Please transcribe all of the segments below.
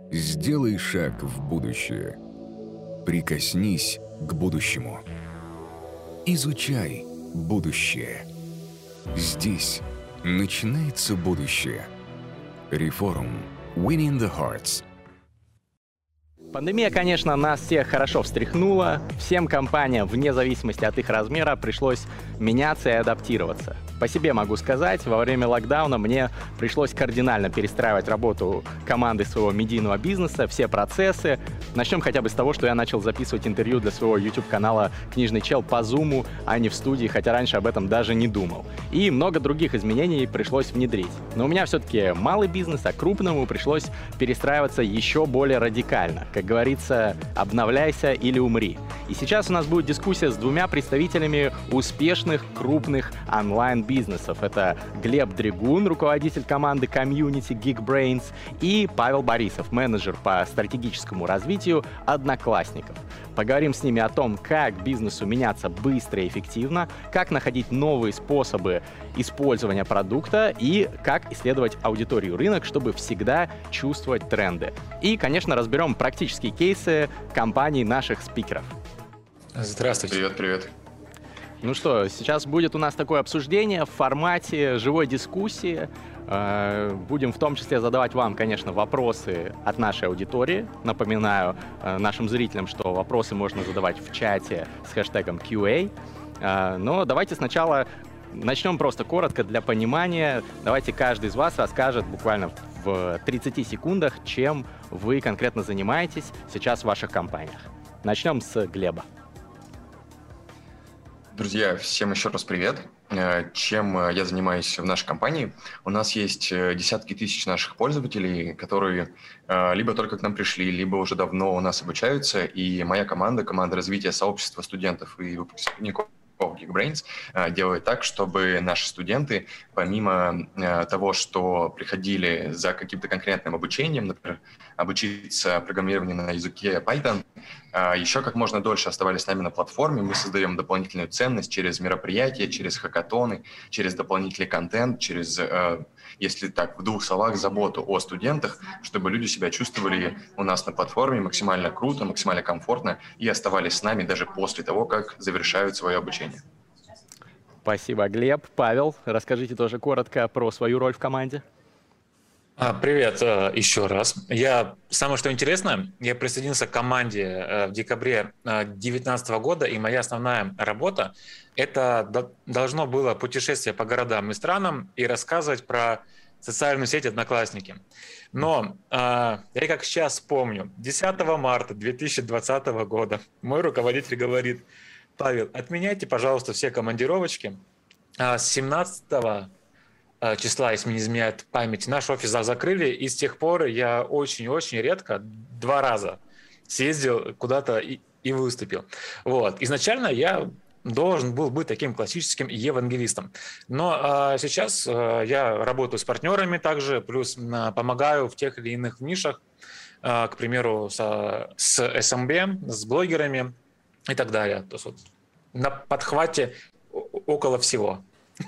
Сделай шаг в будущее. Прикоснись к будущему. Изучай будущее. Здесь начинается будущее. Reforum. Winning the Hearts. Пандемия, конечно, нас всех хорошо встряхнула. Всем компаниям, вне зависимости от их размера, пришлось меняться и адаптироваться. По себе могу сказать, во время локдауна мне пришлось кардинально перестраивать работу команды своего медийного бизнеса, все процессы. Начнем хотя бы с того, что я начал записывать интервью для своего YouTube-канала «Книжный чел» по Zoom, а не в студии, хотя раньше об этом даже не думал. И много других изменений пришлось внедрить. Но у меня все-таки малый бизнес, а крупному пришлось перестраиваться еще более радикально. Как говорится, обновляйся или умри. И сейчас у нас будет дискуссия с двумя представителями успешных крупных онлайн-бизнесов. Это Глеб Дригун, руководитель команды комьюнити Geekbrains, и Павел Борисов, менеджер по стратегическому развитию Одноклассников. Поговорим с ними о том, как бизнесу меняться быстро и эффективно, как находить новые способы использования продукта и как исследовать аудиторию рынок, чтобы всегда чувствовать тренды. И, конечно, разберем практические кейсы компаний наших спикеров. Здравствуйте. Привет, привет. Ну что, сейчас будет у нас такое обсуждение в формате живой дискуссии. Будем в том числе задавать вам, конечно, вопросы от нашей аудитории. Напоминаю нашим зрителям, что вопросы можно задавать в чате с хэштегом QA. Но давайте сначала начнем просто коротко для понимания. Давайте каждый из вас расскажет буквально в 30 секундах, чем вы конкретно занимаетесь сейчас в ваших компаниях. Начнем с Глеба. Друзья, всем еще раз привет. Чем я занимаюсь в нашей компании? У нас есть десятки тысяч наших пользователей, которые либо только к нам пришли, либо уже давно у нас обучаются. И моя команда, команда развития сообщества студентов и выпускников Geekbrains, делает так, чтобы наши студенты, помимо того, что приходили за каким-то конкретным обучением, например, обучиться программированию на языке Python, еще как можно дольше оставались с нами на платформе. Мы создаем дополнительную ценность через мероприятия, через хакатоны, через дополнительный контент, через, если так, в двух словах, заботу о студентах, чтобы люди себя чувствовали у нас на платформе максимально круто, максимально комфортно и оставались с нами даже после того, как завершают свое обучение. Спасибо, Глеб. Павел, расскажите тоже коротко про свою роль в команде. Привет еще раз. Самое что интересно, я присоединился к команде в декабре 2019 года, и моя основная работа – это должно было путешествие по городам и странам и рассказывать про социальную сеть «Одноклассники». Но я как сейчас помню, 10 марта 2020 года мой руководитель говорит: «Павел, отменяйте, пожалуйста, все командировочки. С 17 числа, если мне не изменяет память, наш офис закрыли, и с тех пор я очень-очень редко, 2 раза съездил куда-то и выступил». Вот. Изначально я должен был быть таким классическим евангелистом. Но сейчас я работаю с партнерами также, плюс помогаю в тех или иных нишах, к примеру, с SMB, с блогерами и так далее. То есть вот на подхвате около всего.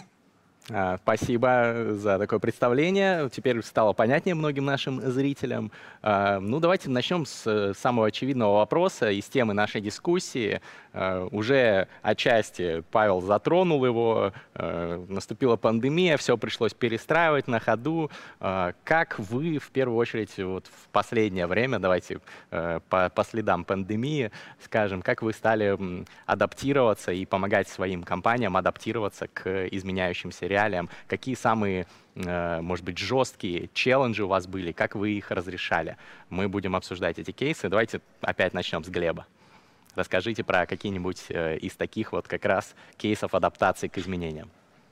Спасибо за такое представление. Теперь стало понятнее многим нашим зрителям. Ну, давайте начнем с самого очевидного вопроса из темы нашей дискуссии. Уже отчасти Павел затронул его. Наступила пандемия, все пришлось перестраивать на ходу. Как вы, в первую очередь, вот в последнее время, давайте по следам пандемии скажем, как вы стали адаптироваться и помогать своим компаниям адаптироваться к изменяющимся реалиям? Какие самые, может быть, жесткие челленджи у вас были? Как вы их разрешали? Мы будем обсуждать эти кейсы. Давайте опять начнем с Глеба. Расскажите про какие-нибудь из таких вот как раз кейсов адаптации к изменениям.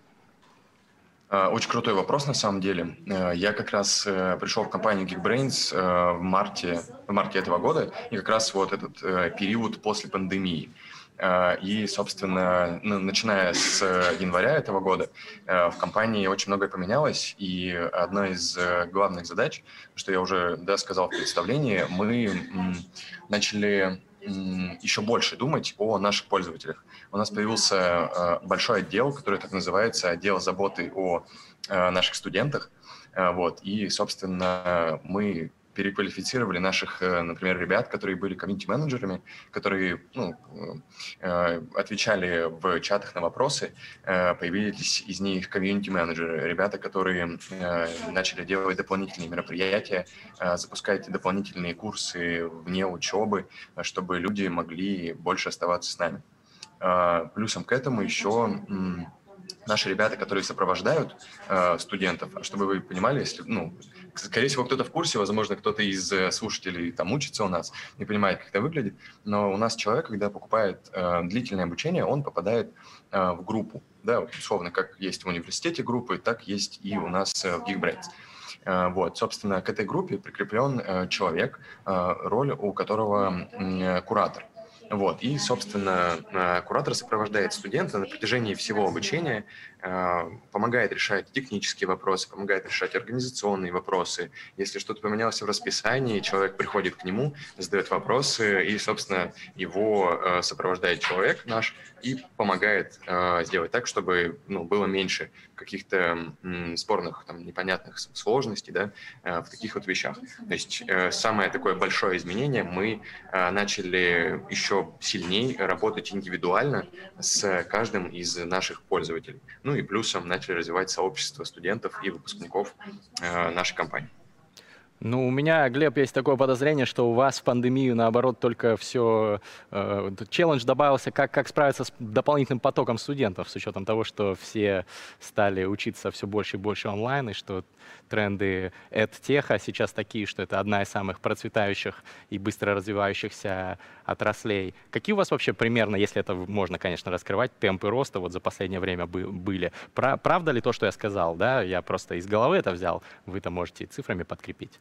Очень крутой вопрос на самом деле. Я как раз пришел в компанию Geekbrains в марте этого года, и как раз вот этот период после пандемии. И, собственно, начиная с января этого года в компании очень многое поменялось, и одна из главных задач, что я уже сказал в представлении, мы начали еще больше думать о наших пользователях. У нас появился большой отдел, который так называется отдел заботы о наших студентах. Вот. И, собственно, мы переквалифицировали наших, например, ребят, которые были комьюнити-менеджерами, которые отвечали в чатах на вопросы, появились из них комьюнити-менеджеры, ребята, которые начали делать дополнительные мероприятия, запускать дополнительные курсы вне учебы, чтобы люди могли больше оставаться с нами. Плюсом к этому еще наши ребята, которые сопровождают студентов, чтобы вы понимали, если, скорее всего, кто-то в курсе, возможно, кто-то из слушателей там учится у нас, не понимает, как это выглядит, но у нас человек, когда покупает длительное обучение, он попадает в группу, да, условно, как есть в университете группы, так есть и у нас в Geekbrains. Вот, собственно, к этой группе прикреплен человек, роль у которого куратор. Вот. И, собственно, куратор сопровождает студента на протяжении всего обучения, помогает решать технические вопросы, помогает решать организационные вопросы. Если что-то поменялось в расписании, человек приходит к нему, задает вопросы, и, собственно, его сопровождает человек наш и помогает сделать так, чтобы было меньше каких-то спорных, непонятных сложностей, да, в таких вот вещах. То есть самое такое большое изменение, мы начали еще сильнее работать индивидуально с каждым из наших пользователей. И плюсом начали развивать сообщество студентов и выпускников нашей компании. У меня, Глеб, есть такое подозрение, что у вас в пандемию, наоборот, только все... челлендж добавился, как справиться с дополнительным потоком студентов, с учетом того, что все стали учиться все больше и больше онлайн, и что тренды эдтеха сейчас такие, что это одна из самых процветающих и быстро развивающихся отраслей. Какие у вас вообще примерно, если это можно, конечно, раскрывать, темпы роста вот за последнее время были? Правда ли то, что я сказал? Да? Я просто из головы это взял, вы-то можете цифрами подкрепить.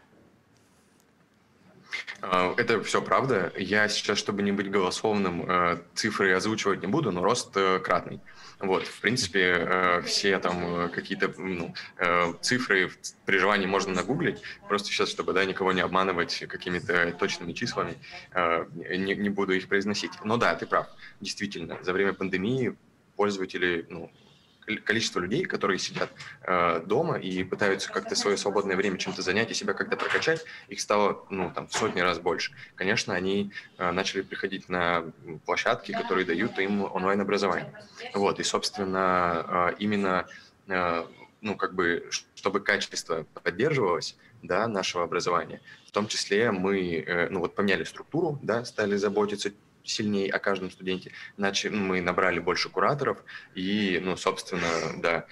Это все правда. Я сейчас, чтобы не быть голословным, цифры озвучивать не буду, но рост кратный. Вот, в принципе, все там какие-то цифры при желании можно нагуглить. Просто сейчас, чтобы никого не обманывать какими-то точными числами, не буду их произносить. Но да, ты прав. Действительно, за время пандемии пользователи, количество людей, которые сидят дома и пытаются как-то свое свободное время чем-то занять и себя как-то прокачать, их стало в сотни раз больше. Конечно, они начали приходить на площадки, которые дают им онлайн-образование. Вот, и, собственно, именно, чтобы качество поддерживалось, да, нашего образования, в том числе мы, поменяли структуру, да, стали заботиться сильнее о каждом студенте, мы набрали больше кураторов, и, собственно, да,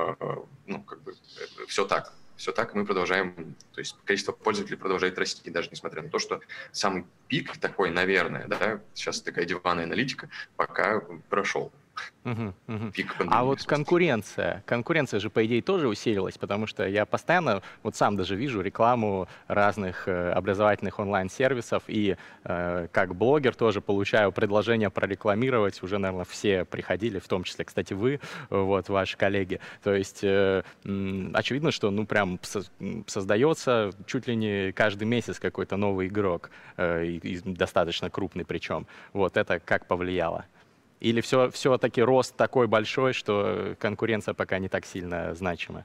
все так мы продолжаем, то есть количество пользователей продолжает расти, даже несмотря на то, что самый пик такой, наверное, да, сейчас такая диванная аналитика, пока прошел. Пик пандемии, а вот конкуренция же, по идее, тоже усилилась, потому что я постоянно, сам даже вижу рекламу разных образовательных онлайн-сервисов, и как блогер тоже получаю предложение прорекламировать, уже, наверное, все приходили, в том числе, кстати, вы, ваши коллеги. То есть очевидно, что, прям создается чуть ли не каждый месяц какой-то новый игрок, и достаточно крупный причем. Это как повлияло? Или все-таки рост такой большой, что конкуренция пока не так сильно значима?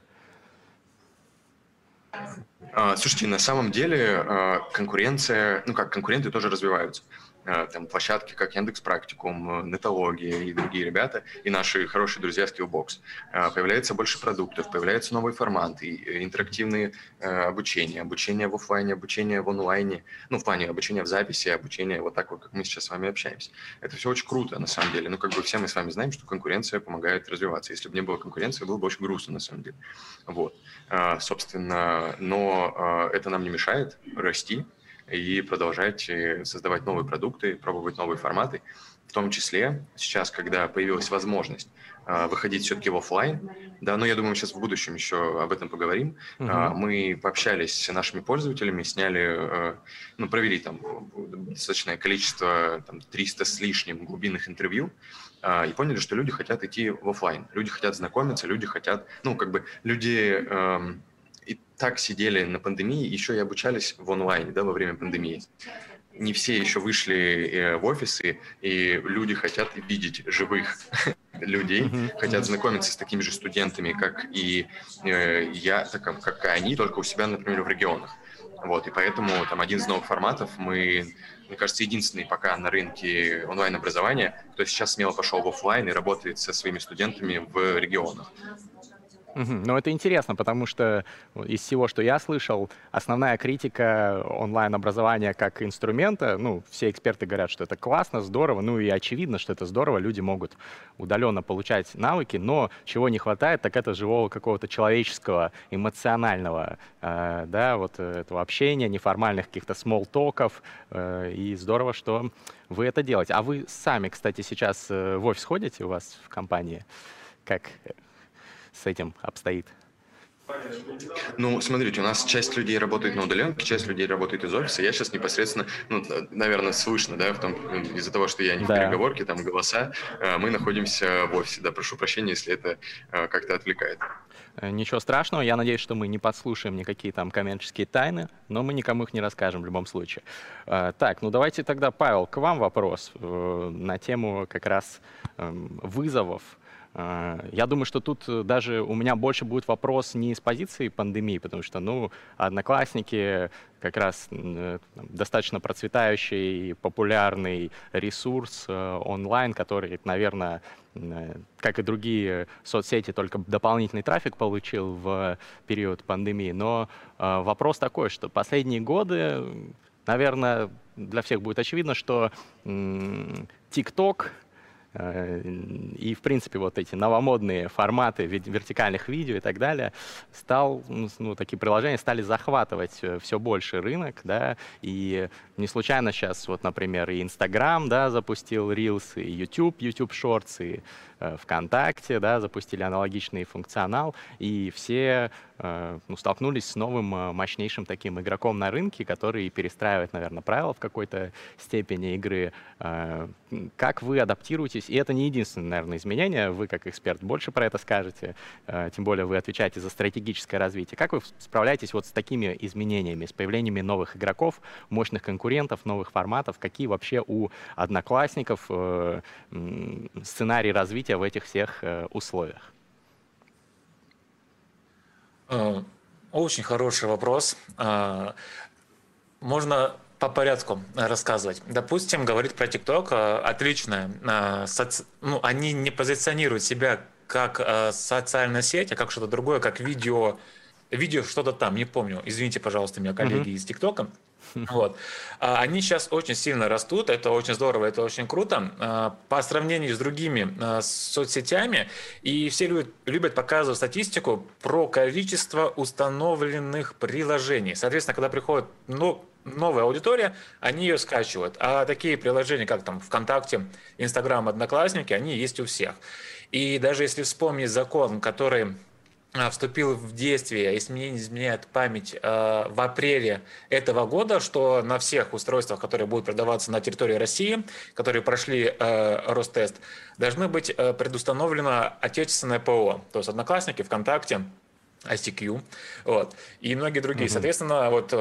Слушайте, на самом деле конкуренты тоже развиваются. Там площадки, как Яндекс.Практикум, Нетология и другие ребята, и наши хорошие друзья Skillbox. Появляется больше продуктов, появляются новые форматы, интерактивные обучение в офлайне, обучение в онлайне, в плане обучения в записи, обучение так как мы сейчас с вами общаемся. Это все очень круто, на самом деле. Все мы с вами знаем, что конкуренция помогает развиваться. Если бы не было конкуренции, было бы очень грустно, на самом деле. Собственно, но это нам не мешает расти и продолжать создавать новые продукты, пробовать новые форматы. В том числе сейчас, когда появилась возможность выходить все-таки в офлайн, да, но я думаю, мы сейчас в будущем еще об этом поговорим. Мы пообщались с нашими пользователями, провели там достаточное количество, 300 с лишним глубинных интервью, и поняли, что люди хотят идти в офлайн, люди хотят знакомиться, люди хотят, люди и так сидели на пандемии, еще и обучались в онлайне, да, во время пандемии. Не все еще вышли в офисы, и люди хотят видеть живых людей, хотят знакомиться с такими же студентами, как и я, как и они, только у себя, например, в регионах. Вот, и поэтому там один из новых форматов мне кажется, единственный пока на рынке онлайн-образования, кто сейчас смело пошел в офлайн и работает со своими студентами в регионах. Ну, это интересно, потому что из всего, что я слышал, основная критика онлайн-образования как инструмента, ну, все эксперты говорят, что это классно, здорово, ну и очевидно, что это здорово, люди могут удаленно получать навыки, но чего не хватает, так это живого какого-то человеческого, эмоционального, да, вот этого общения, неформальных каких-то смолл-токов, и здорово, что вы это делаете. А вы сами, кстати, сейчас в офис ходите у вас в компании? Как с этим обстоит? Ну, смотрите, у нас часть людей работает на удаленке, часть людей работает из офиса. Я сейчас непосредственно, ну, наверное, слышно, да, из-за того, что я не в переговорке, там голоса, мы находимся в офисе. Да, прошу прощения, если это как-то отвлекает. Ничего страшного, я надеюсь, что мы не подслушаем никакие там коммерческие тайны, но мы никому их не расскажем в любом случае. Так, ну давайте тогда, Павел, к вам вопрос на тему как раз вызовов. Я думаю, что тут даже у меня больше будет вопрос не с позиции пандемии, потому что, ну, Одноклассники как раз достаточно процветающий и популярный ресурс онлайн, который, наверное, как и другие соцсети, только дополнительный трафик получил в период пандемии. Но вопрос такой, что последние годы, наверное, для всех будет очевидно, что TikTok и, в принципе, вот эти новомодные форматы вертикальных видео и так далее, такие приложения стали захватывать все больше рынок, да, и не случайно сейчас, вот, например, и Instagram, да, запустил Reels, и YouTube Shorts, и ВКонтакте, да, запустили аналогичный функционал, и все столкнулись с новым мощнейшим таким игроком на рынке, который перестраивает, наверное, правила в какой-то степени игры. Как вы адаптируетесь? И это не единственное, наверное, изменение. Вы, как эксперт, больше про это скажете. Тем более вы отвечаете за стратегическое развитие. Как вы справляетесь вот с такими изменениями, с появлениями новых игроков, мощных конкурентов, новых форматов? Какие вообще у одноклассников сценарии развития в этих всех условиях? Очень хороший вопрос. Можно по порядку рассказывать. Допустим, говорить про TikTok отлично. Они не позиционируют себя как социальная сеть, а как что-то другое, как видео что-то там, не помню. Извините, пожалуйста, меня коллеги из ТикТока. Вот. Они сейчас очень сильно растут, это очень здорово, это очень круто. По сравнению с другими соцсетями, и все любят показывать статистику про количество установленных приложений. Соответственно, когда приходит новая аудитория, они ее скачивают. А такие приложения, как там ВКонтакте, Инстаграм, Одноклассники, они есть у всех. И даже если вспомнить закон, который вступил в действие, если мне не изменяет память, в апреле этого года, что на всех устройствах, которые будут продаваться на территории России, которые прошли Ростест, должны быть предустановлено отечественное ПО. То есть Одноклассники, ВКонтакте, ICQ, вот, и многие другие. Соответственно, вот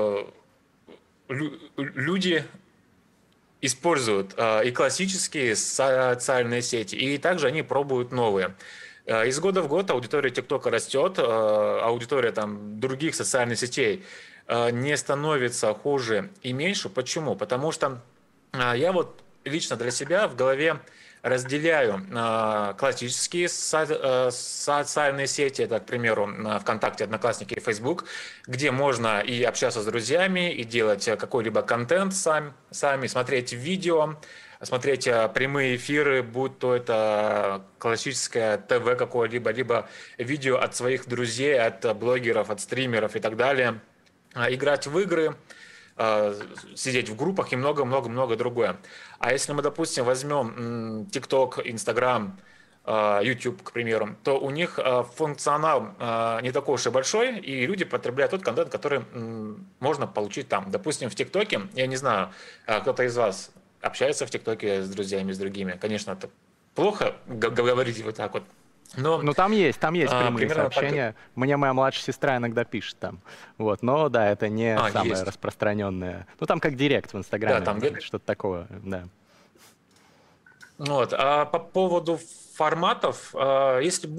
люди используют и классические социальные сети, и также они пробуют новые. Из года в год аудитория ТикТока растет, аудитория там других социальных сетей не становится хуже и меньше. Почему? Потому что я вот лично для себя в голове разделяю классические социальные сети, это, к примеру, ВКонтакте, Одноклассники и Facebook, где можно и общаться с друзьями, и делать какой-либо контент сами, смотреть видео, смотреть прямые эфиры, будь то это классическое ТВ какое-либо, либо видео от своих друзей, от блогеров, от стримеров и так далее, играть в игры, сидеть в группах и много-много-много другое. А если мы, допустим, возьмем TikTok, Instagram, YouTube, к примеру, то у них функционал не такой уж и большой, и люди потребляют тот контент, который можно получить там. Допустим, в ТикТоке, я не знаю, кто-то из вас общается в ТикТоке с друзьями, с другими. Конечно, это плохо говорить вот так вот. Но там есть прямые сообщения. Так... Мне моя младшая сестра иногда пишет там. Вот. Но да, это не самое распространенное. Ну там как директ в Инстаграме, да, там что-то такого, да. Вот. А по поводу форматов, если быть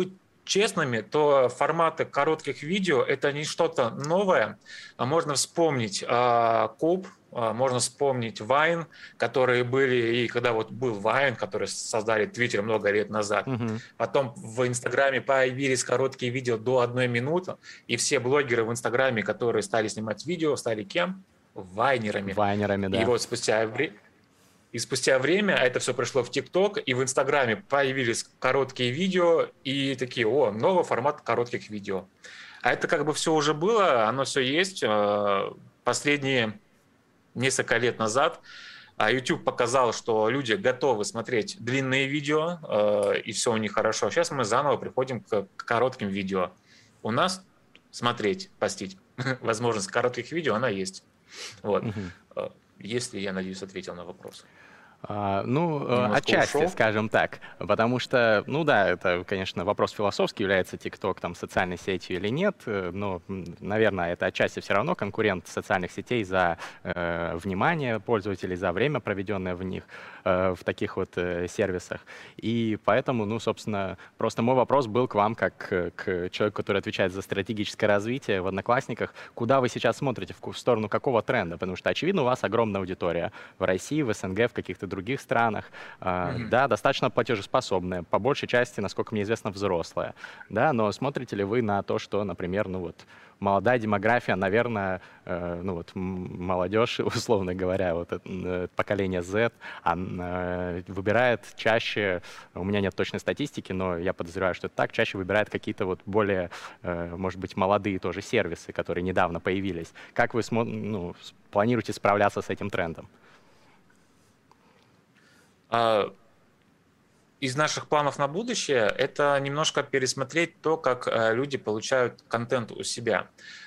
честными, то форматы коротких видео – это не что-то новое. Можно вспомнить Куб, можно вспомнить Вайн, которые были, и когда вот был Вайн, который создали Твиттер много лет назад. Потом в Инстаграме появились короткие видео до 1 минуты, и все блогеры в Инстаграме, которые стали снимать видео, стали кем? Вайнерами. Вайнерами, да. И вот спустя время это все пришло в ТикТок, и в Инстаграме появились короткие видео, и такие, новый формат коротких видео. А это как бы все уже было, оно все есть. Последние несколько лет назад YouTube показал, что люди готовы смотреть длинные видео, и все у них хорошо. Сейчас мы заново приходим к коротким видео. У нас смотреть, постить возможность коротких видео, она есть. Вот. Если, я надеюсь, ответил на вопрос. Отчасти, скажем так, потому что, это, конечно, вопрос философский, является ТикТок там социальной сетью или нет, но, наверное, это отчасти все равно конкурент социальных сетей за внимание пользователей, за время, проведенное в них, в таких вот сервисах. И поэтому, собственно, просто мой вопрос был к вам, как к человеку, который отвечает за стратегическое развитие в Одноклассниках. Куда вы сейчас смотрите, в сторону какого тренда? Потому что, очевидно, у вас огромная аудитория в России, в СНГ, в каких-то других странах, да, достаточно платежеспособная, по большей части, насколько мне известно, взрослая, да, но смотрите ли вы на то, что, например, молодая демография, наверное, молодежь, условно говоря, поколение Z, выбирает чаще, у меня нет точной статистики, но я подозреваю, что это так, чаще выбирает какие-то более, может быть, молодые тоже сервисы, которые недавно появились. Как вы планируете справляться с этим трендом? Из наших планов на будущее это немножко пересмотреть то, как люди получают контент у себя.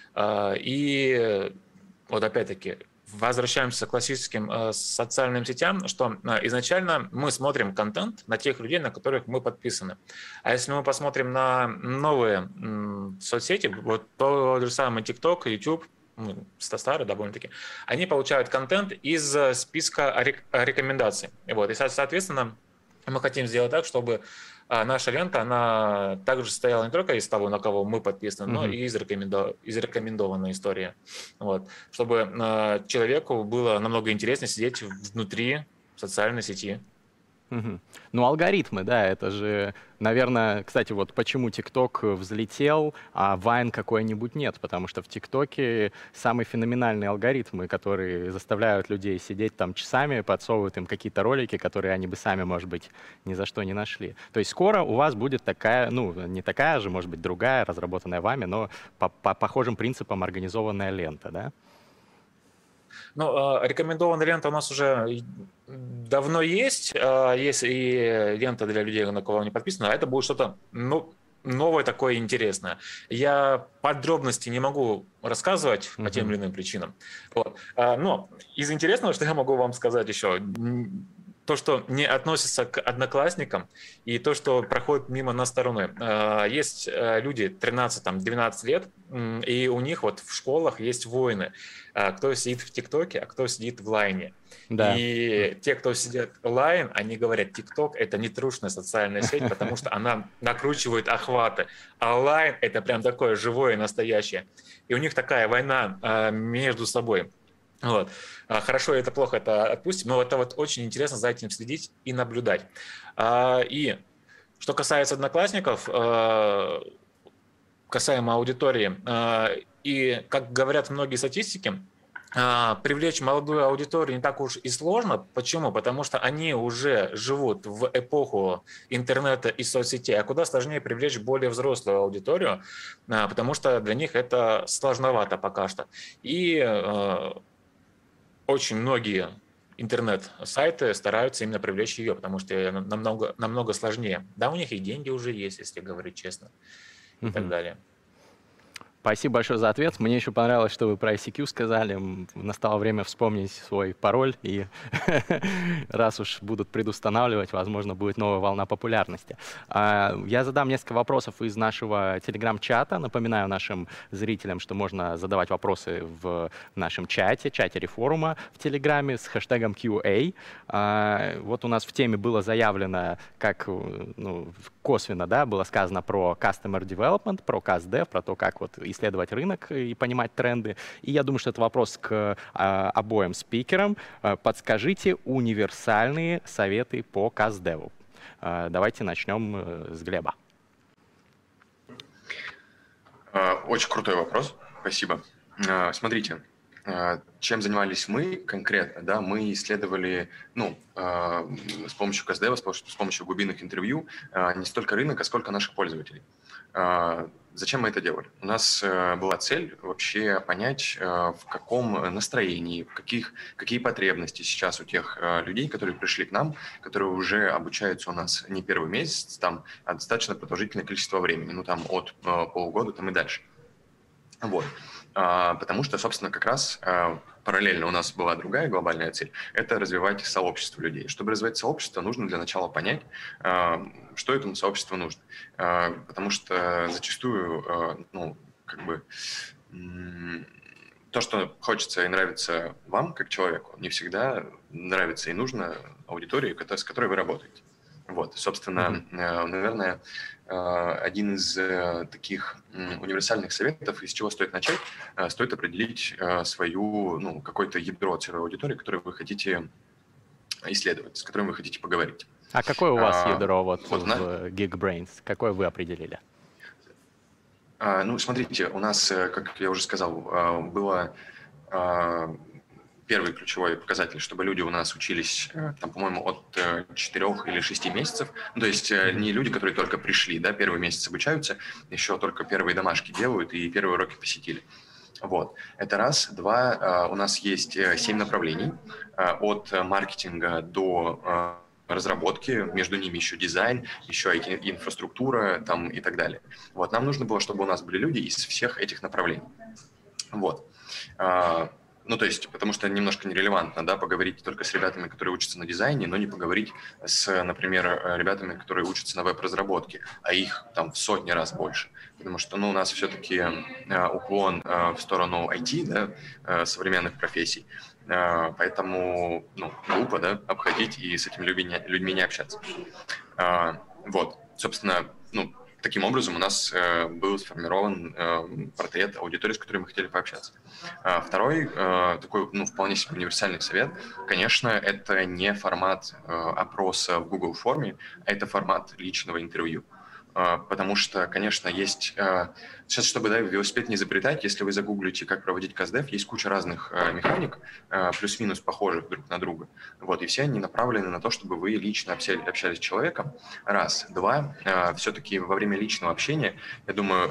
И вот опять-таки возвращаемся к классическим социальным сетям, что изначально мы смотрим контент на тех людей, на которых мы подписаны. А если мы посмотрим на новые соцсети, вот тот же самый TikTok, YouTube, старые довольно-таки, они получают контент из списка рекомендаций. Вот. И, соответственно, мы хотим сделать так, чтобы наша лента, она также состояла не только из того, на кого мы подписаны, но и из рекомендованной истории. Вот. Чтобы человеку было намного интереснее сидеть внутри социальной сети. Алгоритмы, да, это же, наверное, кстати, почему TikTok взлетел, а Vine какой-нибудь нет, потому что в TikTok самые феноменальные алгоритмы, которые заставляют людей сидеть там часами, подсовывают им какие-то ролики, которые они бы сами, может быть, ни за что не нашли. То есть скоро у вас будет такая, не такая же, может быть, другая, разработанная вами, но по похожим принципам организованная лента, да? Рекомендованная лента у нас уже давно есть. Есть и лента для людей, на кого не подписано. А это будет что-то новое, такое интересное. Я подробности не могу рассказывать по тем или иным причинам. Вот. Но из интересного, что я могу вам сказать еще, то, что не относится к одноклассникам, и то, что проходит мимо нас стороной. Есть люди 13-12 лет, и у них в школах есть войны. Кто сидит в ТикТоке, а кто сидит в Лайне. Да. И те, кто сидят в Лайн, они говорят, ТикТок — это не трушная социальная сеть, потому что она накручивает охваты. А Лайн — это прям такое живое, настоящее. И у них такая война между собой. Вот. Хорошо это плохо, это отпустим, но это очень интересно за этим следить и наблюдать. И что касается одноклассников, касаемо аудитории, и как говорят многие статистики, привлечь молодую аудиторию не так уж и сложно. Почему? Потому что они уже живут в эпоху интернета и соцсетей, а куда сложнее привлечь более взрослую аудиторию, потому что для них это сложновато пока что. И очень многие интернет-сайты стараются именно привлечь ее, потому что намного сложнее. Да, у них и деньги уже есть, если говорить честно, и так далее. Спасибо большое за ответ. Мне еще понравилось, что вы про ICQ сказали. Настало время вспомнить свой пароль, и раз уж будут предустанавливать, возможно, будет новая волна популярности. Я задам несколько вопросов из нашего телеграм-чата. Напоминаю нашим зрителям, что можно задавать вопросы в нашем чате рефорума в Телеграме с хэштегом QA. Вот у нас в теме было заявлено, как косвенно, да, было сказано про Customer Development, про CastDev, про то, как вот исследовать рынок и понимать тренды. И я думаю, что это вопрос к обоим спикерам. Подскажите универсальные советы по CastDev. Давайте начнем с Глеба. Очень крутой вопрос. Спасибо. Смотрите, чем занимались мы конкретно, да, мы исследовали, с помощью CastDev, с помощью глубинных интервью не столько рынок, а сколько наших пользователей. Зачем мы это делали? У нас была цель вообще понять, в каком настроении, какие потребности сейчас у тех людей, которые пришли к нам, которые уже обучаются у нас не первый месяц, а достаточно продолжительное количество времени, от полугода и дальше. Вот. Потому что, собственно, как раз параллельно у нас была другая глобальная цель – это развивать сообщество людей. Чтобы развивать сообщество, нужно для начала понять, что этому сообществу нужно. Потому что зачастую, то, что хочется и нравится вам, как человеку, не всегда нравится и нужно аудитории, с которой вы работаете. Вот, собственно, наверное, один из таких универсальных советов, из чего стоит начать, стоит определить свою, какое-то ядро целевой аудитории, которую вы хотите исследовать, с которой вы хотите поговорить. А какое у вас ядро в Geekbrains? Какое вы определили? Смотрите, у нас, как я уже сказал, было первый ключевой показатель, чтобы люди у нас учились, по-моему, от 4 или 6 месяцев. То есть не люди, которые только пришли, да, первый месяц обучаются, еще только первые домашки делают и первые уроки посетили. Вот. Это раз. Два, у нас есть 7 направлений, от маркетинга до разработки, между ними еще дизайн, еще инфраструктура и так далее. Вот. Нам нужно было, чтобы у нас были люди из всех этих направлений. Вот. То есть, потому что немножко нерелевантно, да, поговорить только с ребятами, которые учатся на дизайне, но не поговорить с, например, ребятами, которые учатся на веб-разработке, а их в сотни раз больше. Потому что, у нас все-таки уклон в сторону IT, да, современных профессий. Поэтому, глупо, да, обходить и с этими людьми не общаться. Вот, собственно, таким образом у нас был сформирован портрет аудитории, с которой мы хотели пообщаться. Второй, такой, вполне себе универсальный совет, конечно, это не формат опроса в Google форме, а это формат личного интервью. Потому что, конечно, есть... Сейчас, чтобы велосипед не изобретать, если вы загуглите, как проводить CastDev, есть куча разных механик, плюс-минус похожих друг на друга. Вот, и все они направлены на то, чтобы вы лично общались с человеком. Раз. Два. Все-таки во время личного общения, я думаю,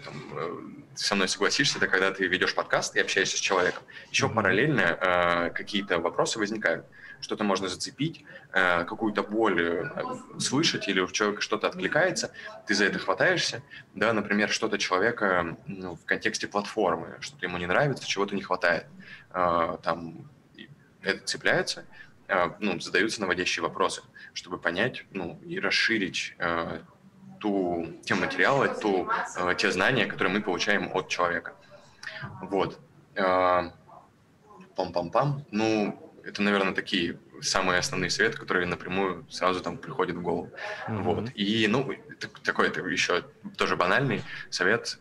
ты со мной согласишься, это когда ты ведешь подкаст и общаешься с человеком. Еще параллельно какие-то вопросы возникают. Что-то можно зацепить, какую-то боль слышать, или у человека что-то откликается, ты за это хватаешься, да, например, что-то человека в контексте платформы, что-то ему не нравится, чего-то не хватает, это цепляется, задаются наводящие вопросы, чтобы понять, и расширить те материалы, те знания, которые мы получаем от человека. Вот. Пам-пам-пам. Это, наверное, такие самые основные советы, которые напрямую сразу приходят в голову. Вот. И, такой это еще тоже банальный совет.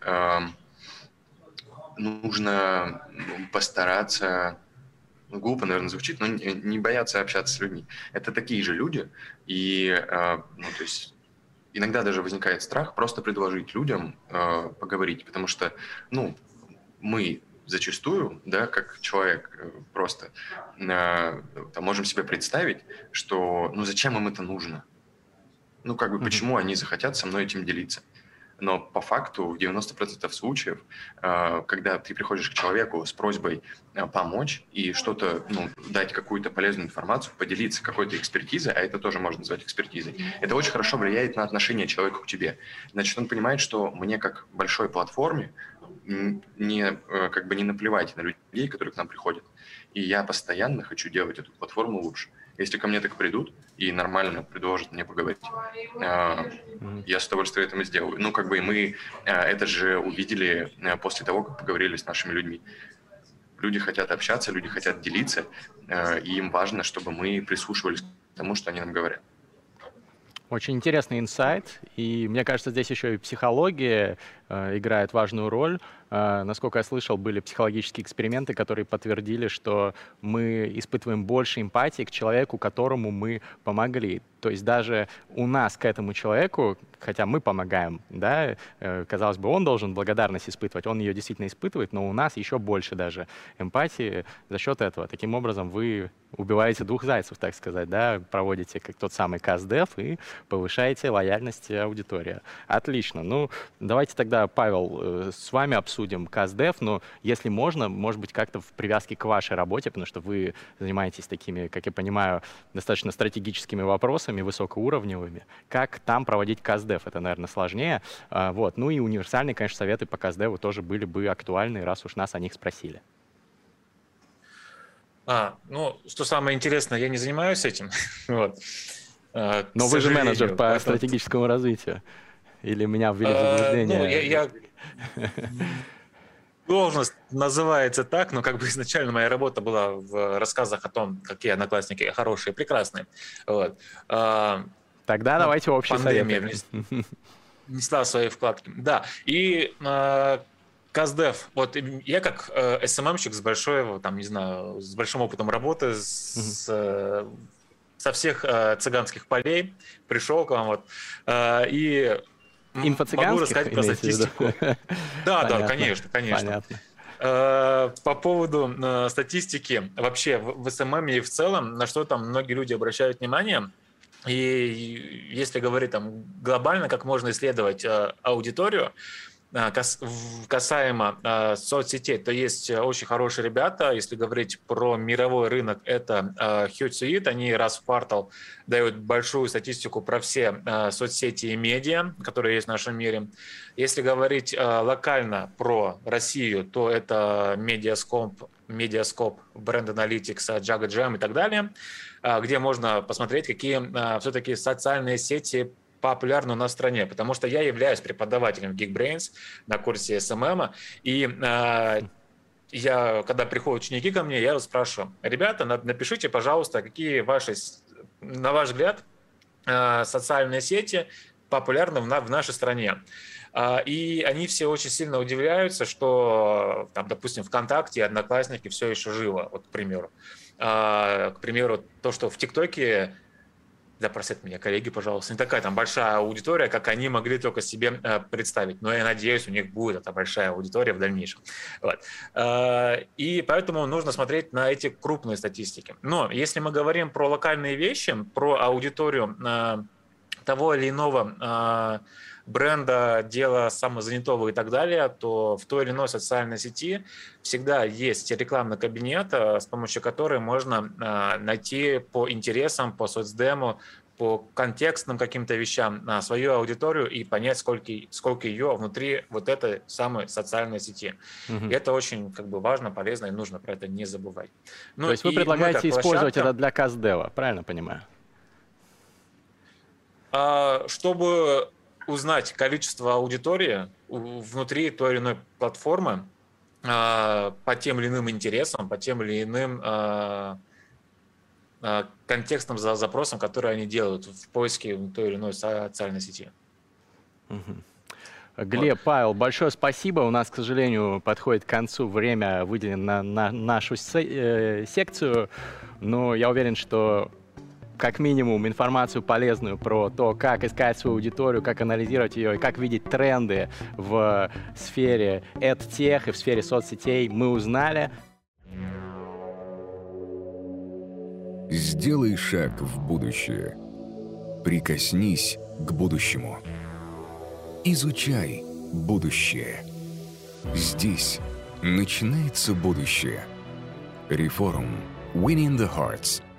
Нужно постараться, глупо, наверное, звучит, но не бояться общаться с людьми. Это такие же люди, и, то есть, иногда даже возникает страх просто предложить людям поговорить, потому что, мы зачастую, да, как человек просто можем себе представить, что зачем им это нужно? Почему они захотят со мной этим делиться? Но по факту в 90% случаев, когда ты приходишь к человеку с просьбой помочь и что-то, дать какую-то полезную информацию, поделиться какой-то экспертизой, а это тоже можно назвать экспертизой, это очень хорошо влияет на отношение человека к тебе. Значит, он понимает, что мне как большой платформе не наплевать на людей, которые к нам приходят. И я постоянно хочу делать эту платформу лучше. Если ко мне так придут и нормально предложат мне поговорить, я с удовольствием это сделаю. И мы это же увидели после того, как поговорили с нашими людьми. Люди хотят общаться, люди хотят делиться, и им важно, чтобы мы прислушивались к тому, что они нам говорят. Очень интересный инсайт, и мне кажется, здесь еще и психология играет важную роль. Насколько я слышал, были психологические эксперименты, которые подтвердили, что мы испытываем больше эмпатии к человеку, которому мы помогли. То есть даже у нас к этому человеку, хотя мы помогаем, да, казалось бы, он должен благодарность испытывать, он ее действительно испытывает, но у нас еще больше даже эмпатии за счет этого. Таким образом, вы убиваете двух зайцев, так сказать, да, проводите как тот самый CastDev и повышаете лояльность аудитории. Отлично. Ну, давайте тогда, Павел, с вами обсудим CastDev, но если можно, может быть, как-то в привязке к вашей работе, потому что вы занимаетесь такими, как я понимаю, достаточно стратегическими вопросами, высокоуровневыми. Как там проводить CastDev? Это, наверное, сложнее. Вот. Ну и универсальные, конечно, советы по CastDev тоже были бы актуальны, раз уж нас о них спросили. Что самое интересное, я не занимаюсь этим. Вот. Но вы же менеджер по стратегическому развитию. Или меня ввели в заблуждение? Должность называется так, но изначально моя работа была в рассказах о том, какие одноклассники хорошие, прекрасные. Вот. Тогда давайте общий совет. Внесла свои вкладки. Да, и CastDev. Вот я как SMM-щик с с большим опытом работы, со всех цыганских полей пришел к вам и могу рассказать про статистику. Да, конечно. Понятно. По поводу статистики вообще в SMM и в целом, на что там многие люди обращают внимание, и если говорить глобально, как можно исследовать аудиторию, касаемо соцсетей, то есть очень хорошие ребята. Если говорить про мировой рынок, это Hootsuite. Они раз в квартал дают большую статистику про все соцсети и медиа, которые есть в нашем мире. Если говорить локально про Россию, то это Media.Scope, Brand Analytics, JagaJam и так далее, где можно посмотреть, какие все-таки социальные сети популярны у нас в стране, потому что я являюсь преподавателем Geekbrains на курсе SMM, и когда приходят ученики ко мне, я спрашиваю: ребята, напишите, пожалуйста, какие на ваш взгляд, социальные сети популярны в нашей стране. И они все очень сильно удивляются, что, допустим, ВКонтакте и Одноклассники все еще живо, вот, к примеру. К примеру, то, что в ТикТоке, да, простят меня, коллеги, пожалуйста, не такая большая аудитория, как они могли только себе представить. Но я надеюсь, у них будет эта большая аудитория в дальнейшем. Вот. И поэтому нужно смотреть на эти крупные статистики. Но если мы говорим про локальные вещи, про аудиторию того или иного бренда, дела самозанятого и так далее, то в той или иной социальной сети всегда есть рекламный кабинет, с помощью которой можно найти по интересам, по соцдему, по контекстным каким-то вещам свою аудиторию и понять, сколько ее внутри вот этой самой социальной сети. И это очень важно, полезно и нужно про это не забывать. То есть вы предлагаете использовать это для CastDev, правильно понимаю? Чтобы узнать количество аудитории внутри той или иной платформы по тем или иным интересам, по тем или иным контекстным запросам, которые они делают в поиске той или иной социальной сети. Глеб, Павел, большое спасибо. У нас, к сожалению, подходит к концу время, выделено на нашу секцию, но я уверен, что как минимум информацию полезную про то, как искать свою аудиторию, как анализировать ее и как видеть тренды в сфере EdTech и в сфере соцсетей мы узнали. Сделай шаг в будущее. Прикоснись к будущему. Изучай будущее. Здесь начинается будущее. Reforum. Winning the Hearts.